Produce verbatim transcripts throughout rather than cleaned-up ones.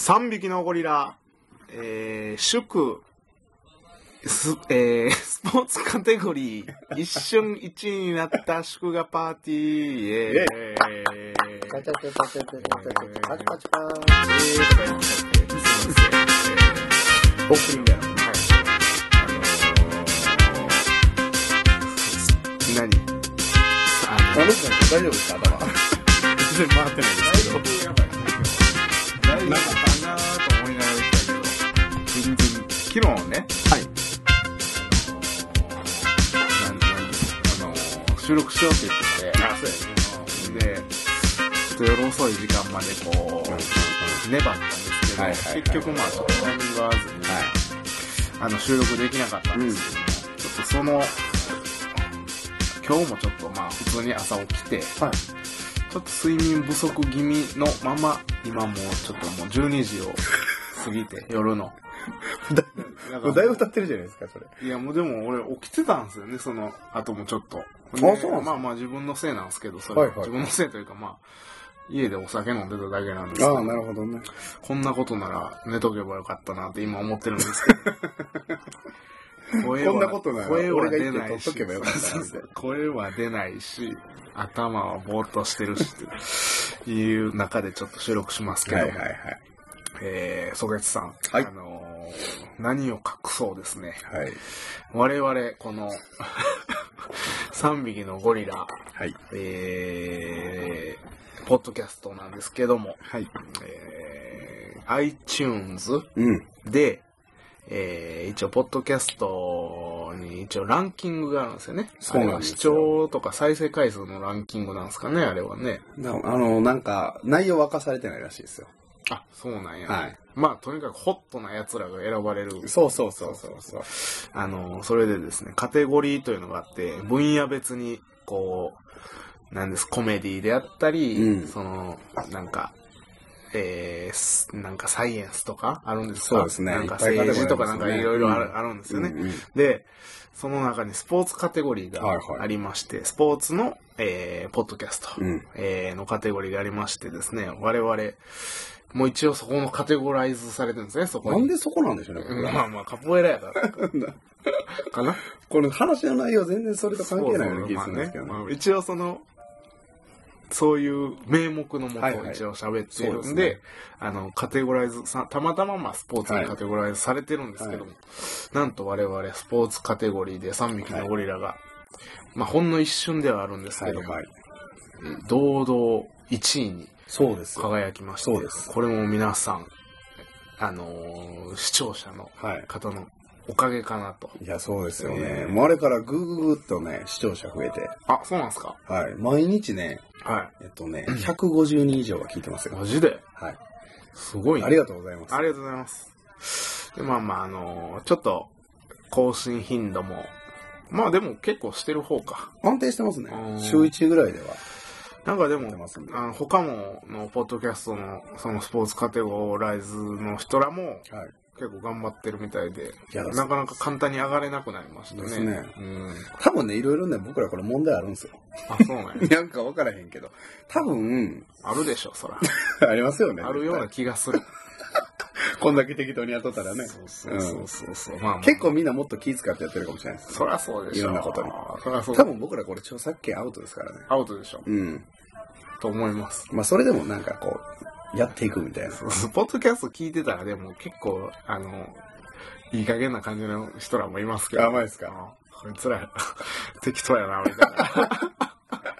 さんびきのゴリラ、えー、祝ス、えー、スポーツカテゴリー一瞬いちいになった祝賀パーティー、えー、 パチパチパチパチパチパチパチパーン、 オープニングやろ。はい。あのー、何あの大丈夫ですか？頭全然回ってないですけど、やばいなんかかなと思いながら言ったけど、全然昨日ね、はい、なんなんあのー、収録しようって言ってて、あ、そうやね。で、ちょっと夜遅い時間までこう、粘ったんですけど、はいはいはい、結局まあちょっとタイミング合わずに、はい、あの収録できなかったんですけども、うん、ちょっとその、今日もちょっとまあ普通に朝起きて、はい、ちょっと睡眠不足気味のまま、今もうちょっともうじゅうにじを過ぎて、夜の。 だ, だいぶ経ってるじゃないですか、それ。 いや、もうでも俺起きてたんですよね、その後もちょっと。あ、 そうなんですか。 まあまあ自分のせいなんですけど、それ、はいはい、自分のせいというかまあ、家でお酒飲んでただけなんですけど。 ああ、なるほどね。 こんなことなら寝とけばよかったなって今思ってるんですけど。 声はこんなことなら声は出ないし、 声は出ないし、頭はぼーっとしてるしっていう中でちょっと収録しますけど、はいはいはい、えー、ソゲツさん、はい、あのー、何を隠そうですね、はい、我々このさんびきのゴリラ、はい、えー、ポッドキャストなんですけども、はい、えー、iTunes で、うん、えー、一応ポッドキャストに一応ランキングがあるんですよね。そうなんですよ。視聴とか再生回数のランキングなんですかね、あれはね。 なあのなんか内容明かされてないらしいですよ。 あ、そうなんや、ね。はい。まあとにかくホットな奴らが選ばれる。 そうそうそうそうそう。 あのそれでですね、カテゴリーというのがあって分野別にこうなんですコメディであったり、うん、そのなんか。えー、なんかサイエンスとかあるんですか？ そうですね。 なんか政治とかなんかいろいろあるんですよね、うんうん。で、その中にスポーツカテゴリーがありまして、はいはい、スポーツの、えー、ポッドキャスト、うんえー、のカテゴリーがありましてですね、我々、もう一応そこのカテゴライズされてるんですね、そこに。 なんでそこなんでしょうね、これ。 まあまあ、カポエラやから。かなこの話の内容全然それと関係ないような気がするんですけどね。 まあね、一応その、そういう名目のもとを一応喋っているんで、はいはいでね、あの、カテゴライズさ、たまたままあスポーツにカテゴライズされてるんですけども、はい、なんと我々スポーツカテゴリーでさんびきのゴリラが、はい、まあほんの一瞬ではあるんですけども、はいはい、堂々いちいに輝きまして、そうです。これも皆さん、あのー、視聴者の方の、はいおかげかなと。 いや、そうですよね。えー、もうあれからぐぐぐっとね、視聴者増えて。 あ、そうなんですか？ はい。毎日ね、はい。えっとね、ひゃくごじゅうにん以上が聞いてますよ。 マジで？ はい。 すごいね。 ありがとうございます。 ありがとうございます。で、まあまあ、あのー、ちょっと、更新頻度も、まあでも結構してる方か。 安定してますね。週いちぐらいでは。 なんかでも、あの他ものポッドキャストの、そのスポーツカテゴライズの人らも、はい。結構頑張ってるみたいで、なかなか簡単に上がれなくなりましたね。ですね。 うん。多分ね、いろいろね、僕らこれ問題あるんですよ。 あ、そうなんや。 なんか分からへんけど。多分、 あるでしょ、そら。 ありますよね。 あるような気がする。 こんだけ適当にやっとったらね。 そうそうそうそうそう、うんまあまあ。 結構みんなもっと気遣ってやってるかもしれないです、ね。 そりゃそうでしょ。 いろんなことに。 そりゃそう。 多分僕らこれ著作権アウトですからね。 アウトでしょ。 うん。 と思います。 まあそれでもなんかこう、やっていくみたいな。 そうそう。ポッドキャスト聞いてたらでも結構、あの、いい加減な感じの人らもいますけど。 あ、まいですか。 こいつら適当やな、みたいな。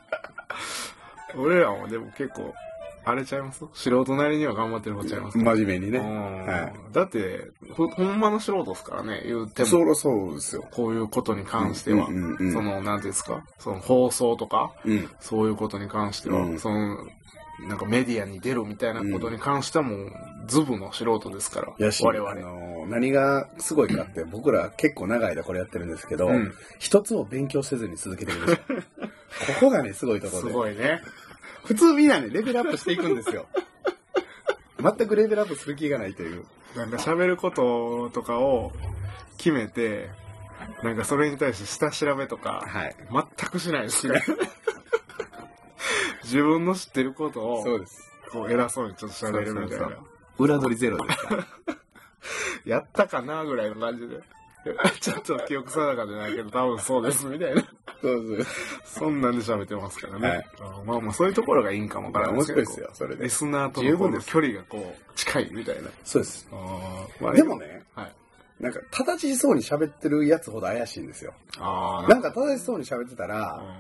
俺らもでも結構、あれちゃいます素人なりには頑張ってる方ちゃいます真面目にね。はい、だって、ほんまの素人ですからね、言うても。 そうそうですよ。 こういうことに関しては、うんうんうん、その、なんていうんですか、その放送とか、うん、そういうことに関しては、うん、その、なんかメディアに出るみたいなことに関してはもうズブの素人ですから、 うん、我々、あのー、何がすごいかって僕ら結構長い間これやってるんですけど、うん、一つも勉強せずに続けてるんですよここがねすごいところですごいね。 普通みんなねレベルアップしていくんですよ全くレベルアップする気がないという、 なんか喋ることとかを決めてなんかそれに対して下調べとか、はい、全くしないしね自分の知ってることをそうですこう偉そうにちょっと喋るみたいな。 裏取りゼロですか？ やったかなぐらいの感じで。ちょっと記憶定かじゃないけど、多分そうです、みたいな。 そうです。 そんなんで喋ってますからね。 はい、 まあまあ、そういうところがいいんかもわからないですけど。面白いですよ、それで。 リスナーとの距離がこう、近いみたいな。 そうです。 あまあ、でもね、 はい、 なんか、正しそうに喋ってるやつほど怪しいんですよ。あなんか、正しそうに喋ってたら、うん、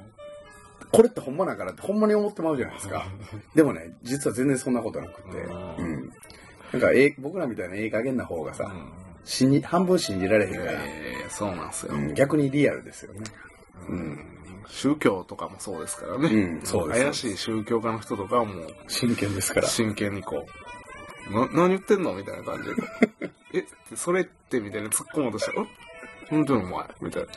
これってほんまだからってほんまに思ってまうじゃないですか。でもね、実は全然そんなことなくて。うん。なんか、え僕らみたいなええ加減な方がさ、うん信じ半分信じられへんから、 えー、そうなんですよ、 うん、逆にリアルですよね、 うん、宗教とかもそうですからね、うん、そうです怪しい宗教家の人とかはもう真剣ですから真剣にこうな何言ってんのみたいな感じでえそれってみたいな突っ込もうとしたら本当にお前みたいな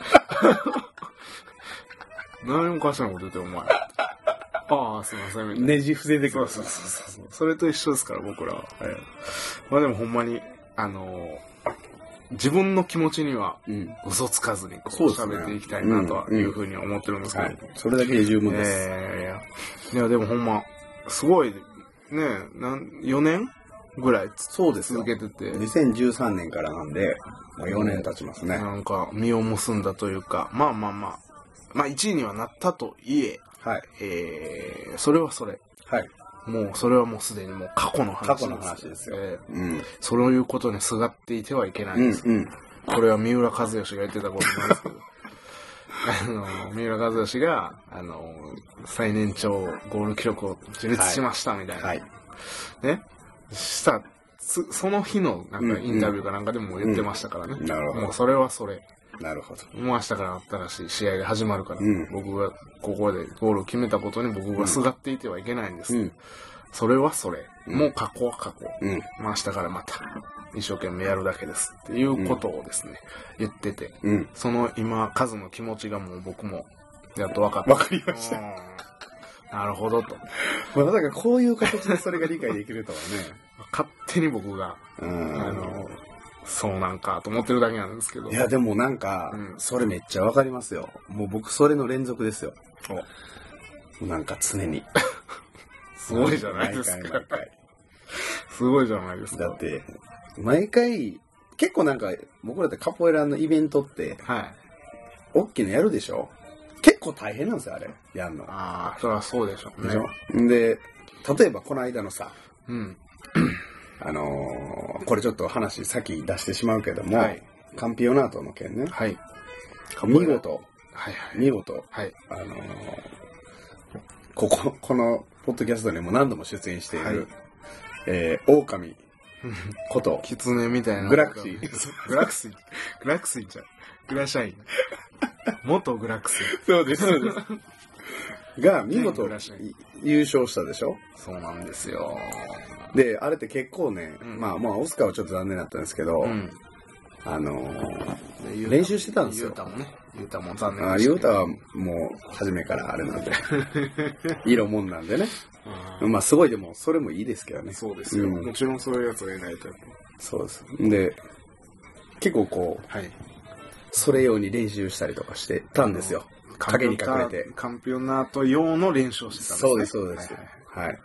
何もおかしなこと言ってお前ああすいませんみたいなねじ伏せてくるそうそうそうそうそれと一緒ですから僕らは、はい、まあでもほんまにあのー自分の気持ちには嘘つかずにこう喋っていきたいなというふうに思ってるんですけど、うんうんはい、 それだけで十分です。 えー、いやでもほんますごいねなんよねんぐらい続けててにせんじゅうさんねんからなんでもうよねん経ちますね。 なんか実を結んだというかまあまあまあまあいちいにはなったといえ、 はいえー、それはそれ。 はいもうそれはもうすでにもう過去の話です。 過去の話ですよ。えーうん、そういうことにすがっていてはいけないんです。うんうん、これは三浦知良が言ってたことなんですけど、あの三浦知良があの最年長ゴール記録を樹立しましたみたいな、はいはい、ねしたその日のなんかインタビューかなんかでも言ってましたからね。うんうん、なるほど。もうそれはそれ。 なるほど。 もう明日から新しい試合が始まるから、うん、僕がここでゴールを決めたことに僕がすがっていてはいけないんです。うん、それはそれ。うん、もう過去は過去。うん、まあ明日からまた一生懸命やるだけですっていうことをですね、うん、言ってて、うん、その今、カズの気持ちがもう僕もやっと分かった。 分かりました。 なるほどと。 まあだからこういう形でそれが理解できるとはね。 勝手に僕が、うん、あの、そうなんかと思ってるだけなんですけど。 いやでもなんか、うん、それめっちゃわかりますよ。もう僕それの連続ですよ。なんか常に。 すごいじゃないですか。毎回毎回すごいじゃないですか。 だって、毎回、結構なんか、僕らってカポエラのイベントって、はい。大きいのやるでしょ？結構大変なんですよ、あれ。やんの。 ああ、そりゃそうでしょうね。でしょ？で、例えばこの間のさ、うん。あのー、これちょっと話先出してしまうけども、はい、カンピオナートの件ね、はい、見事、はいはい、見事、はい、あのー、こここのポッドキャストにも何度も出演している、はい、えー、狼ことキツネみたいなグラクシーグラクシーグラクシーちゃんグラシャイン元グラクシーそうですそうですが見事優勝したでしょ。 そうなんですよ。 で、あれって結構ね、うん、まあまあ、オスカーはちょっと残念だったんですけど、うん、あのー、練習してたんですよ。 ユータもね。ユータも残念でした。ユータはもう、初めからあれなんで、色もんなんでね。まあ、すごいでも、それもいいですけどね。 そうですよ。うん、もちろんそういうやつがいないと。 そうです。で、結構こう、はい、それ用に練習したりとかしてたんですよ。影に隠れて。 カンピオナート用の練習をしてたんですね。 そうです、そうです。はい、はいはい。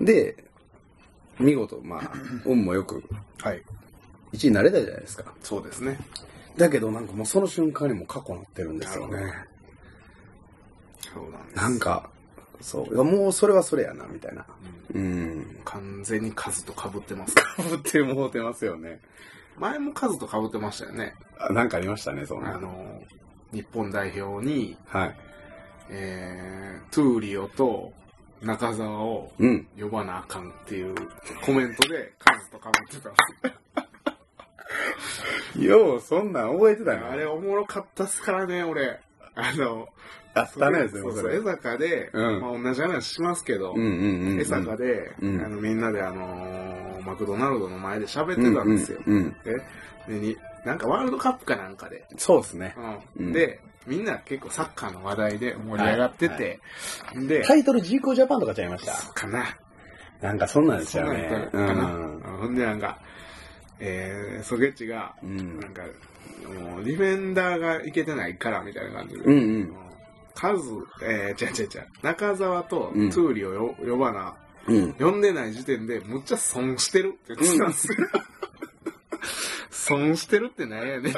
で、見事、まあ、運もよく、はい。いちいになれたじゃないですか。 そうですね。 だけど、なんかもうその瞬間にも過去なってるんですよね。 そうなんです。 なんか、そう。もうそれはそれやな、みたいな。 うん。うん、完全に数と被ってます、ね。 被ってもうてますよね。 前も数と被ってましたよね。 あ、なんかありましたね、そんな。 あの、日本代表に、はい。えー、トゥーリオと、中澤を呼ばなあかんっていうコメントでカズとかぶってたんですよ。よう、そんなん覚えてたね。 あれおもろかったっすからね、俺。あの、 あったね、 そうそう、江坂で、うん、まあ同じ話しますけど、江坂で、うん、あのみんなであのー、マクドナルドの前で喋ってたんですよ。うんうんうん、でになんかワールドカップかなんかで。 そうですね。 うん、で、みんな結構サッカーの話題で盛り上がってて、はいはい、でタイトルジーコジャパンとかちゃいましたかな。 なんかそんなんですよね。 かな。ほんでなんか、えー、ソゲッチが、うん、なんかもうディフェンダーがいけてないからみたいな感じで、うんうん、カズ、えー、違う違う違う、中澤とトゥーリをよ、うん、呼ばなうん、読んでない時点でむっちゃ損してるって言ってたんですよ。損してるってなんやねん。で、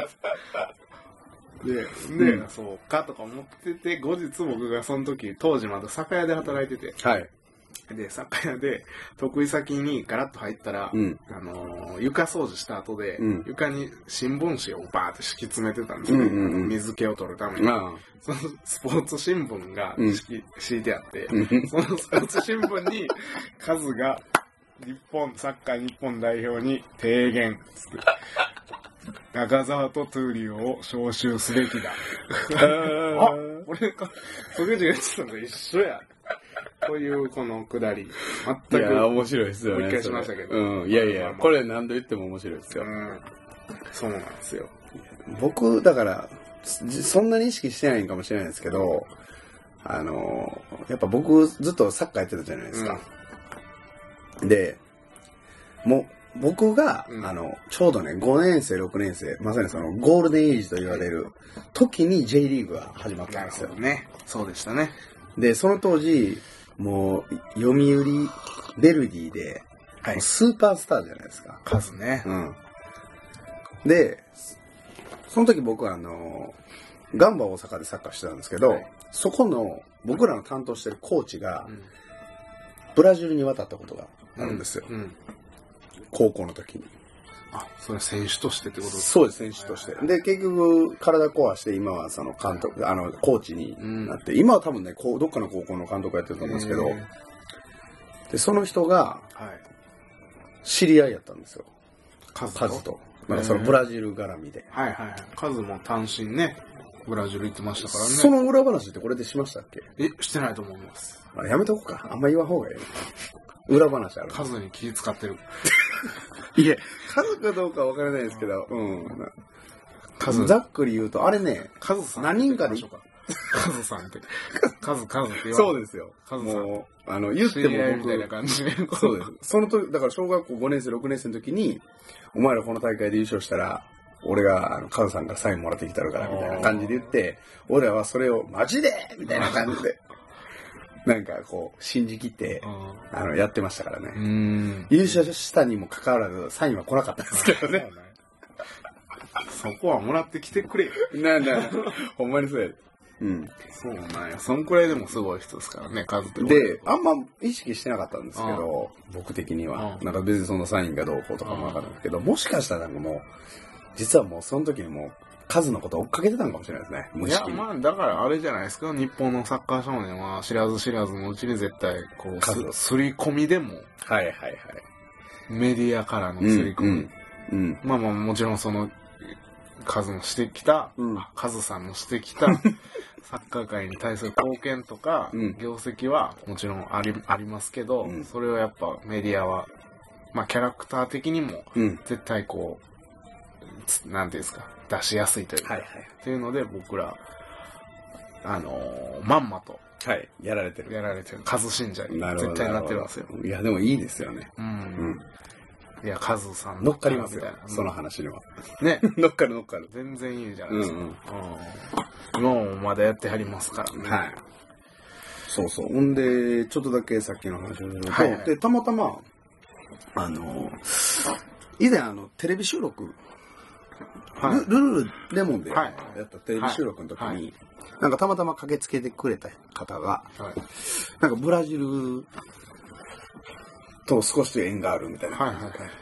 で、うん、そうかとか思ってて、後日僕がその時、当時まだ酒屋で働いてて、はい。で、酒屋で得意先にガラッと入ったら、うん、あのー、床掃除した後で、うん、床に新聞紙をバーって敷き詰めてたんですよ、うんうんうん、水気を取るために。そのスポーツ新聞が敷、うん、敷いてあって、そのスポーツ新聞に数が日本、サッカー日本代表に提言。中澤とトゥーリオを招集すべきだ。あ、俺か、そげじが言ってたのと一緒や。というこのくだり。全く。いや、 面白いですよね。 もう一回しましたけど。 うん。いやいや、まあまあ、これ何度言っても面白いですよ。うん。 そうなんですよ。 僕、だから、そんなに意識してないんかもしれないですけど、あの、やっぱ僕ずっとサッカーやってたじゃないですか。うん、で、もう、僕が、うん、あの、ちょうどね、ごねん生、ろくねん生、まさにそのゴールデンエイジと言われる時に J リーグが始まったんですよ。 ね。そうでしたね。 で、その当時、もう、読売、ベルディで、はい、スーパースターじゃないですか。 数ね。 うん。で、その時僕はあの、ガンバ大阪でサッカーしてたんですけど、はい、そこの、僕らの担当してるコーチが、うん、ブラジルに渡ったことがあるんですよ。うんうん、高校の時に。 あ、それは選手としてってことですか？ そうです、選手として。で、結局、体壊して、今はその監督、あの、コーチになって、うん、今は多分ね、こうどっかの高校の監督やってると思うんですけど、で、その人が、知り合いやったんですよ。カズと。カズと。なんかそのブラジル絡みで。 はいはいはい。カズも単身ね、ブラジル行ってましたからね。 その裏話ってこれでしましたっけ？ え、してないと思います。 あ、やめとこうか。あんま言わん方がいい。裏話ある。 カズに気使ってる。 いえ、数かどうかは分からないですけど、うん。数ざっくり言うと、あれね、 数さん何人かで、 数さんって、数数って言われそうですよ。数さん。もう、あの、言っても僕、 みたいな感じで。 そうです。その時、だから小学校ごねん生、ろくねん生の時に、お前らこの大会で優勝したら、俺が、あの、カズさんがサインもらってきたるから、みたいな感じで言って、俺らはそれを、マジでみたいな感じで。なんかこう信じきってあのやってましたからね。うん優勝したにもかかわらずサインは来なかったんですけどね。 そこはもらってきてくれよ。 ななほんまにそうや。 うん。そうなんや。そんくらいでもすごい人ですからね、数って。 で、あんま意識してなかったんですけど、僕的にはなんか別にそのサインがどうこうとかもわからないけど、もしかしたらなんかもう実はもうその時にもう数のことを追っかけてたのかもしれないですね。 無意識に。いや、まあ、だからあれじゃないですか。日本のサッカー少年は知らず知らずのうちに絶対、こう、数すり込みでも。 はいはいはい。 メディアからのすり込み。うんうん、まあまあ、もちろんその、数のしてきた、うん、数さんのしてきた、サッカー界に対する貢献とか、うん、業績はもちろんあり、ありますけど、うん、それをやっぱメディアは、まあキャラクター的にも、絶対こう、なんていうんですか、出しやすいというか、はいはい、っていうので僕らあのー、まんまと、 はい、やられてるやられてる数信者に絶対なってるんですよ。 いやでもいいですよね。うん。 うん、いや数さん乗っかりますよ。その話には。 ね。 乗っかる乗っかる。 全然いいじゃないですか。うんうん、今もまだやってはりますからね。はい。 そうそう。ほんでちょっとだけさっきの話をすると、はいはい、でたまたまあの以前あのテレビ収録。はい、ルルルレモンでやったテレビ収録の時に、はいはい、なんかたまたま駆けつけてくれた方が、はい、なんかブラジルと少し縁があるみたいな感じで、はいはいはい、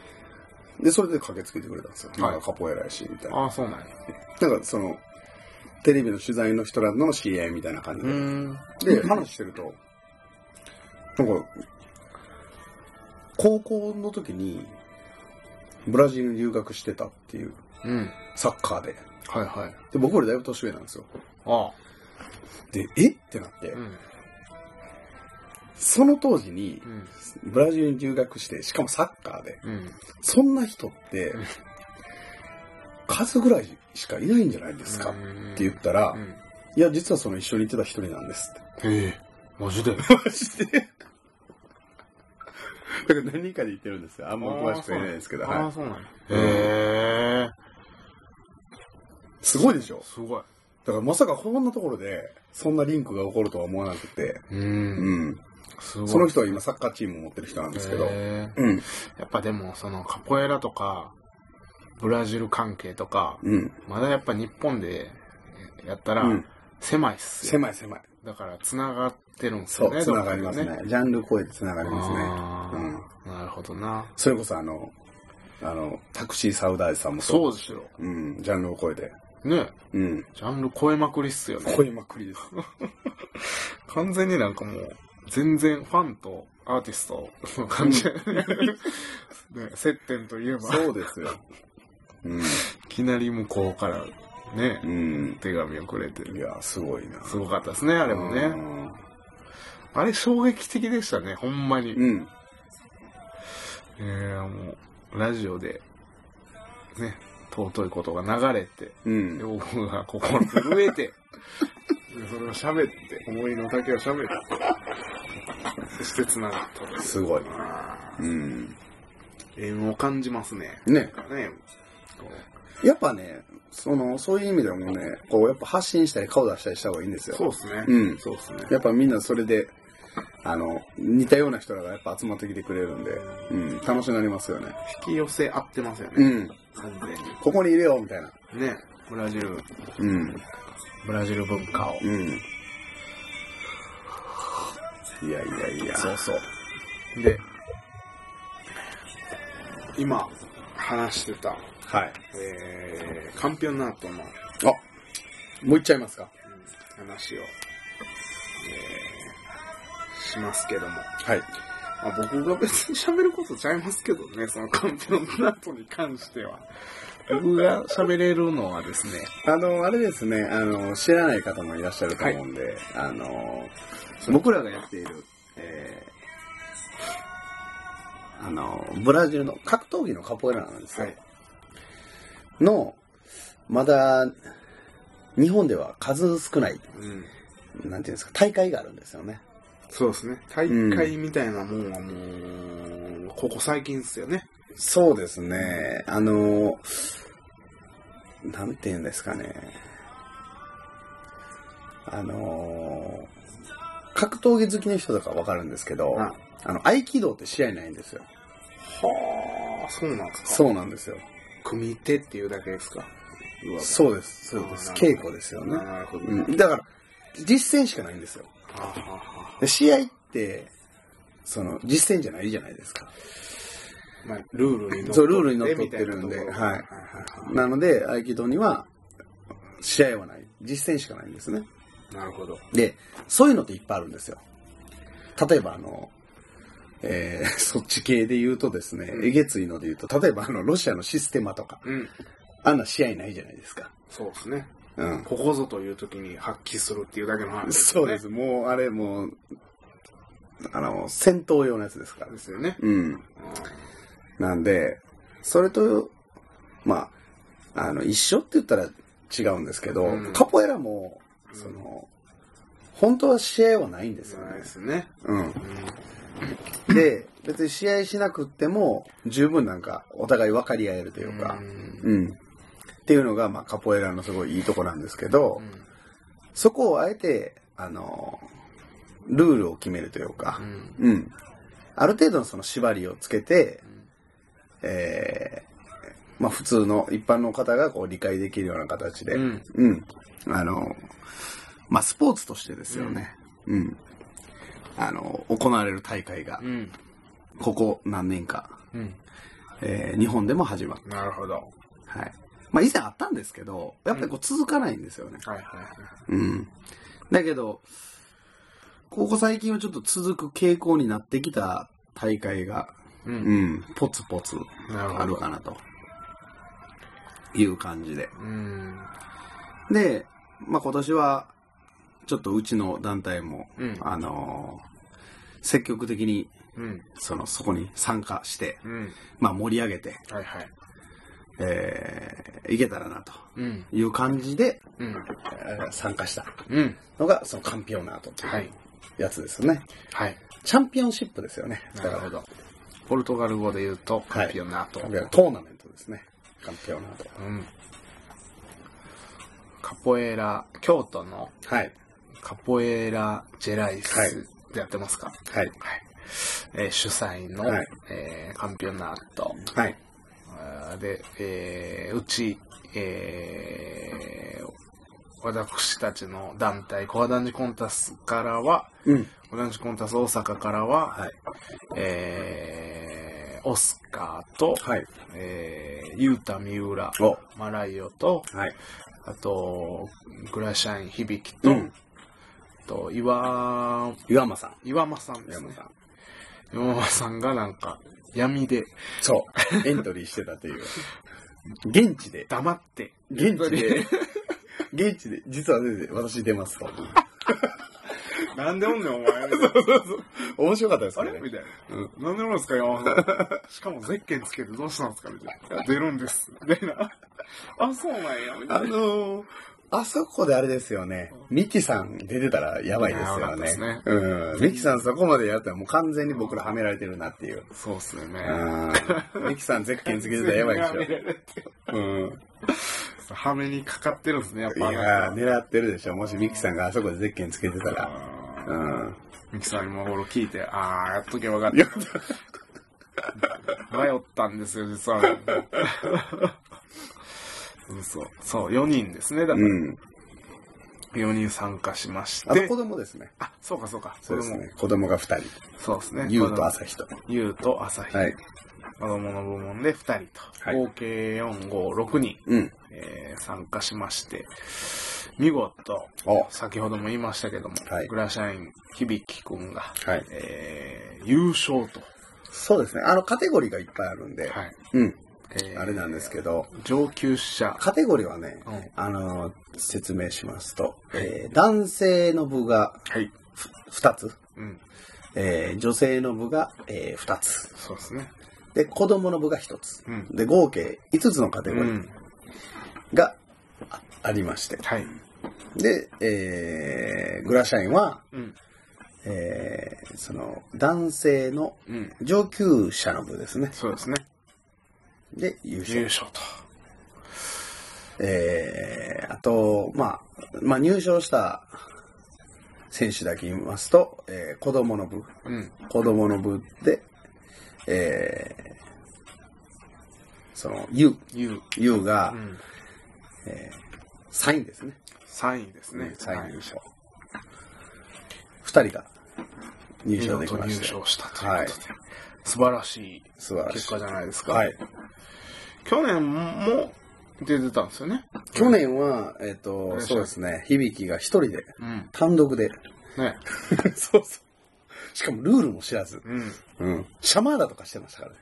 でそれで駆けつけてくれたんですよ。はい、なんかカポエラやしみたいな。 ああそうなんや。 なんかそのテレビの取材の人らの知り合いみたいな感じで、で話してると、なんか高校の時にブラジルに留学してたっていう。うん、サッカーで。はいはい。で、僕よりだいぶ年上なんですよ。ああ。で、えってなって、うん、その当時に、うん、ブラジルに留学して、しかもサッカーで、うん、そんな人って、うん、数ぐらいしかいないんじゃないですかって言ったら、うん、いや、実はその一緒に行ってた一人なんですって。 へえ、マジでマジでだから何人かで言ってるんですよ。あんま詳しく言えないですけど。 ああ、そうなんだ。へえ。 すごいでしょ？ すごい。 だからまさかこんなところで、そんなリンクが起こるとは思わなくて。うん。うん。 すごい。その人は今サッカーチームを持ってる人なんですけど。うん。 やっぱでも、そのカポエラとか、ブラジル関係とか、うん、まだやっぱ日本でやったら、狭いっすよ。 狭い狭い。 だから繋がってるんですよね。 そう、繋がりますね。ジャンル超えて繋がりますね。 うん。なるほどな。 それこそあの、あの、タクシーサウダージさんもそう。そうですよ。 うん、ジャンルを超えて。 ねえ。うん。ジャンル超えまくりっすよね。 超えまくりです。 完全になんかもう、全然ファンとアーティストの感じ、うん、ね、接点といえば。 そうですよ。 うん。いきなり向こうからね、うん、手紙をくれてる。 いや、すごいな。 すごかったですね、あれもね。あれ衝撃的でしたね、ほんまに。うん。えー、もう、ラジオで、ね、尊いことが流れて、うん。僕が心震えて、それを喋って、思いの丈を喋って、そして繋がった。 すごい。うん。 縁を感じますね。 ね。ね。やっぱね、その、そういう意味でもね、こう、やっぱ発信したり顔出したりした方がいいんですよ。 そうですね。 うん。 そうですね。 やっぱみんなそれで、あの、似たような人らがやっぱ集まってきてくれるんで、うん、楽しくなりますよね。 引き寄せ合ってますよね。うん。 完全に。ここにいるよ、みたいな。 ね。ブラジル。うん。ブラジル文化を。うん。 いやいやいや。 そうそう。で、今、話してた、 はい。 えー、カンピオナートの、 あ、もういっちゃいますか。 うん、話を、えー、しますけども。 はい。 まあ、僕が別に喋ることちゃいますけどね、そのカンピオナートに関しては。僕が喋れるのはですね。 あの、あれですね、あの、知らない方もいらっしゃると思うんで、はい、あの、僕らがやっている、えー、あの、ブラジルの格闘技のカポエラなんですよ。はい、の、まだ、日本では数少ない、うん、なんていうんですか、大会があるんですよね。 そうですね。大会みたいなもんはもう、ここ最近ですよね。 そうですね。あの、なんていうんですかね。あの、格闘技好きの人とかわかるんですけど、あ, あの、合気道って試合ないんですよ。 はあ、そうなんですか。 そうなんですよ。 組手っていうだけですか。 そうです、そうです。稽古ですよね。なるほど、うん。だから、実践しかないんですよ。はあはあ、で試合って、その、実践じゃないじゃないですか。 まあ、ルールにのっとってそう、ルールにのっとってるんで、はいはいはい。なので、合気道には、試合はない。実践しかないんですね。 なるほど。 で、そういうのっていっぱいあるんですよ。例えば、あの、えー、そっち系で言うとですね、うん、えげついので言うと、例えば、あの、ロシアのシステマとか、うん、あんな試合ないじゃないですか。 そうですね。うん。ここぞという時に発揮するっていうだけの話ですね。 そうです。もう、あれ、もう、あの、戦闘用のやつですから。 ですよね。 うん。なんで、それと、まあ、あの、一緒って言ったら違うんですけど、うん、カポエラも、その、うん、本当は試合はないんですよね。 ないですね。 うん。うん、で、別に試合しなくっても、十分なんか、お互い分かり合えるというか、うん。うん、っていうのが、まあ、カポエラのすごいいいとこなんですけど、うん、そこをあえて、あの、ルールを決めるというか、うん。うん、ある程度のその縛りをつけて、うん、えー、まあ普通の一般の方がこう理解できるような形で、うん。うん、あの、まあスポーツとしてですよね。うん。うん、あの、行われる大会が、うん、ここ何年か、うん、えー、日本でも始まった。 なるほど。 はい。まあ以前あったんですけど、やっぱりこう続かないんですよね。うん、はいはいはい。うん。だけど、ここ最近はちょっと続く傾向になってきた大会が、うん、うん、ポツポツあるかなという感じで。うん、で、まあ今年はちょっとうちの団体も、うん、あのー、積極的に、うん、そのそこに参加して、うん、まあ盛り上げて、はいはい、えー、いけたらなという感じで、うんえー、参加したのがそのカンピオナートというやつですね。はい。チャンピオンシップですよね。 なるほど。ポルトガル語で言うとカンピオナート。 はい、トーナメントですね。カンピオナート。うん。 カポエラ、京都の、はい。カポエラジェライスでやってますか。 はい。はい。 えー、主催の、はい、えー、カンピオナート。 はい。 で、えー、うち、えー、私たちの団体、コアダンジコンタスからは、うん、コアダンジコンタス大阪からは、はい、えー、オスカーと、はい、えー、ゆうたみうら、マライオと、はい、あと、グラシャイン響と、うん、と、岩、 岩間さん。 岩間さんですね。岩間さんがなんか、闇で。 そう。エントリーしてたという。現地で。 黙って。 現地で。現地で。実はね、私出ますと。 なんでおんねん、お前。そうそうそう。面白かったですね。 あれみたいな。うん。なんでおるんですか、山本さん。しかもゼッケンつけてどうしたんですかみたいな。出るんです。みたいな。あ、そうなんや。みたいな。 あのー、あそこであれですよね。ミキさん出てたらやばいですよね。ねうん。ミキさんそこまでやったらもう完全に僕らはめられてるなっていう。 そうっすよね。 ミキさんゼッケンつけてたらやばいでしょ。うん。 はめにかかってるんですね、やっぱ。 いやー、狙ってるでしょ。もしミキさんがあそこでゼッケンつけてたら。うん。 ミキさんにもこれ聞いて、あー、やっとけばよかった。迷ったんですよ、実は。そう、そう、よにんですね、だから。うん、よにん参加しまして。 あと子供ですね。 あ、そうかそうか。 そうですね。子供がふたり。 そうですね。 ゆうとあさひと。 ゆうとあさひ。はい。子供の部門でふたりと。はい、合計よん、ご、ろくにん、うんえー、参加しまして、見事、先ほども言いましたけども、はい、グラシャイン響くんが、はいえー、優勝と。 そうですね。あの、カテゴリーがいっぱいあるんで。はい。うん。えー、あれなんですけど上級者カテゴリーはね、うん、あの説明しますと、えー、男性の部がふたつ、うんえー、女性の部が、えー、ふたつそうですねで子供の部がひとつ、うん、で合計いつつのカテゴリーが あ, ありまして、はい、で、えー、グラシャインは、うんえー、その男性の上級者の部ですね、 うん、そうですねで、優勝。 優勝と。 えー、あと、まあ、まあ、入賞した選手だけ言いますと、えー、子供の部。うん、子供の部で、えー、その、U。U。U が、うんえー、さんいですね。 さんいですね。 さんい入賞。ふたりが入賞できました。 入賞したということで。はい、素晴らしい結果じゃないですか。はい。去年も出てたんですよね。 去年は、えっと、そうですね、響が一人で、うん、単独で。ね。そうそう。しかもルールも知らず。うん。うん。シャマーダとかしてましたからね。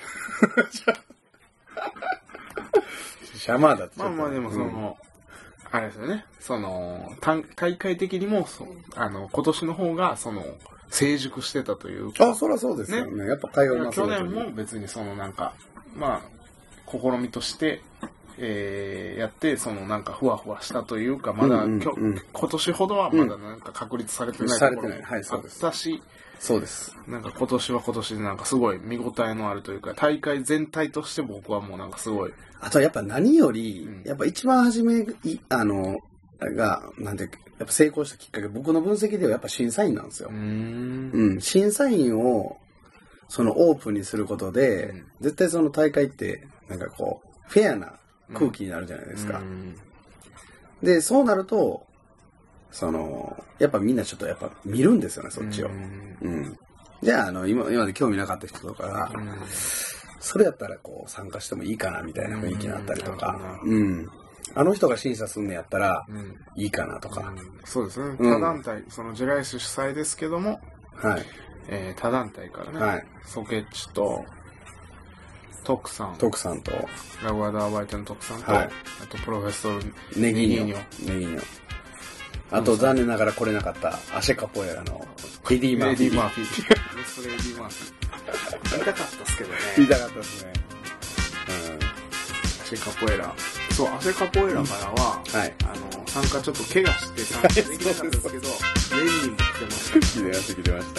シャマーダって。 まあまあでもその、うん、あれですよね。その、大会的にも、そあの、今年の方が、その、成熟してたというか。あ、そりゃそうですよね。ねやっぱ海外の去年も別にそのなんか、まあ、試みとして、えー、やって、そのなんかふわふわしたというか、まだ、うんうんうん、今年ほどはまだなんか確立されてないところもあったし、 そうです。 なんか今年は今年でなんかすごい見応えのあるというか、大会全体として僕はもうなんかすごい。 あとやっぱ何より、うん、やっぱ一番初め、あの、が、なんていうか、やっぱ成功したきっかけ、僕の分析ではやっぱ審査員なんですよ。うーんうん、審査員を、そのオープンにすることで、うん、絶対その大会って、なんかこう、フェアな空気になるじゃないですか。うん、で、そうなると、その、やっぱみんなちょっとやっぱ見るんですよね、そっちを。うん。うん、じゃあ、あの、今、今まで興味なかった人とかが、うん、それやったらこう、参加してもいいかな、みたいな雰囲気になったりとか、うん。あの人が審査すんのやったら、いいかなとか。 うん、そうですね。他団体、そのジェライス主催ですけども、はい。えー、他団体からね、はい、ソケッチと、徳さん。 徳さんと、 ラグアダーバイテの徳さんと、はい、あとプロフェッソルネギーニョ。ネギーニョ。あと残念ながら来れなかったアシェカポエラのレディー・マーフィー。 レディー・マーフィー。レストレディー・マーフィー。言いたかったっすけどね。 言いたかったっすね。 うん。アシェカポエラ。そう、アシェカポエラからは、うん、はい、あの、参加ちょっと怪我して参加できなかったんですけど、レディーも来てました。 来てました、来てました。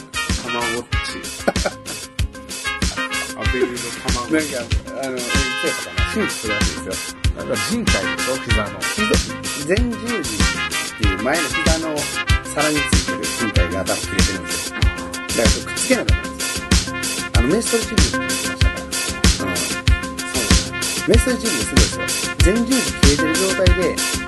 たまごっち。アベルの卵。 なんか、あの、そうかな、手術するらしいですよ。 なんか人体でしょ、膝の。 前十字っていう前の膝の皿についてる人体が多分切れてるんですよ。 からくっつけなかったんですよ。あの、メストルチビューって言ってましたから。うん。そうなんです。メストルチビューすごいですよ。前十字切れてる状態で、